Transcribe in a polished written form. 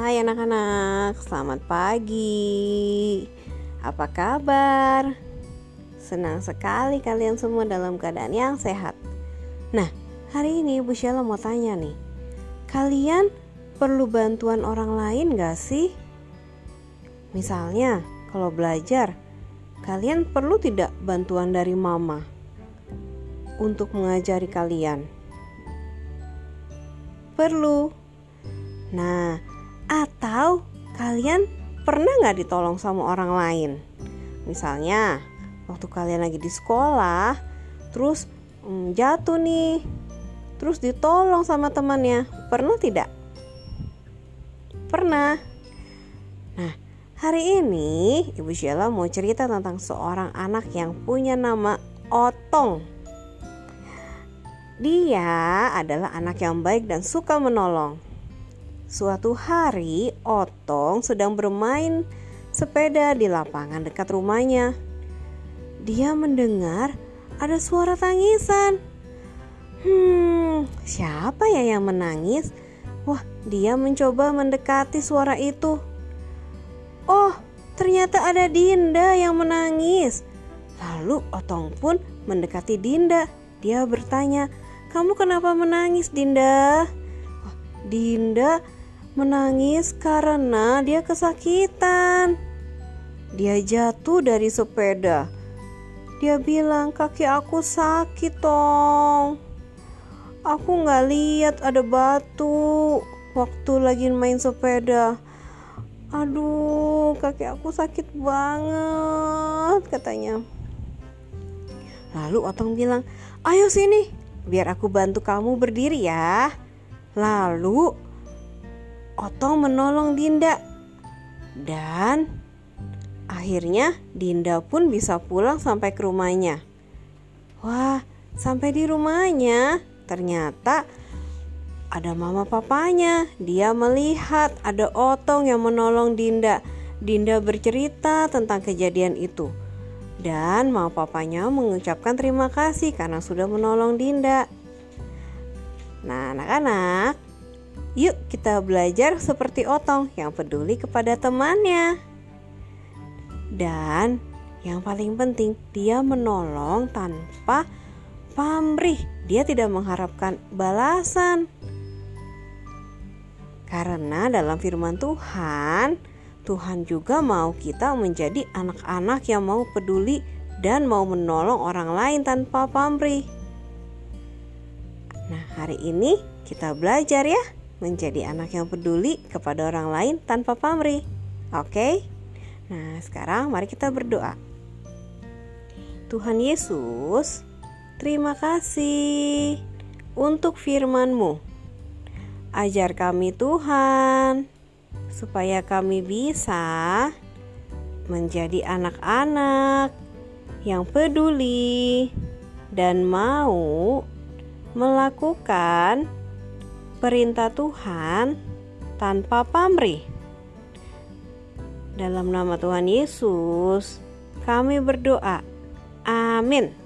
Hai anak-anak, selamat pagi. Apa kabar? Senang sekali kalian semua dalam keadaan yang sehat. Nah, hari ini Bu Sheila mau tanya nih, kalian perlu bantuan orang lain gak sih? Misalnya, kalau belajar, kalian perlu tidak bantuan dari mama untuk mengajari kalian? Perlu. Nah, atau kalian pernah gak ditolong sama orang lain? Misalnya, waktu kalian lagi di sekolah, terus jatuh nih, terus ditolong sama temannya. Pernah tidak? Pernah. Nah, hari ini Ibu Sheila mau cerita tentang seorang anak yang punya nama Otong. Dia adalah anak yang baik dan suka menolong. Suatu hari, Otong sedang bermain sepeda di lapangan dekat rumahnya. Dia mendengar ada suara tangisan. Siapa ya yang menangis? Wah, dia mencoba mendekati suara itu. Oh, ternyata ada Dinda yang menangis. Lalu Otong pun mendekati Dinda. Dia bertanya, "Kamu kenapa menangis, Dinda?" Oh, Dinda menangis karena dia kesakitan. Dia jatuh dari sepeda. Dia bilang, "Kaki aku sakit, Tong. Aku gak lihat ada batu waktu lagi main sepeda. Aduh, kaki aku sakit banget," katanya. Lalu Otong bilang, "Ayo sini, biar aku bantu kamu berdiri ya." Lalu Otong menolong Dinda. Dan akhirnya Dinda pun bisa pulang sampai ke rumahnya. Wah, sampai di rumahnya ternyata ada mama papanya. Dia melihat ada Otong yang menolong Dinda. Dinda bercerita tentang kejadian itu. Dan mama papanya mengucapkan terima kasih karena sudah menolong Dinda. Nah, anak-anak, yuk kita belajar seperti Otong yang peduli kepada temannya. Dan yang paling penting, dia menolong tanpa pamrih. Dia tidak mengharapkan balasan. Karena dalam firman Tuhan, Tuhan juga mau kita menjadi anak-anak yang mau peduli dan mau menolong orang lain tanpa pamrih. Nah, hari ini kita belajar ya menjadi anak yang peduli kepada orang lain tanpa pamrih. Oke? Nah, sekarang mari kita berdoa. Tuhan Yesus, terima kasih untuk firman-Mu. Ajar kami Tuhan, supaya kami bisa menjadi anak-anak yang peduli dan mau melakukan perintah Tuhan tanpa pamrih. Dalam nama Tuhan Yesus, kami berdoa. Amin.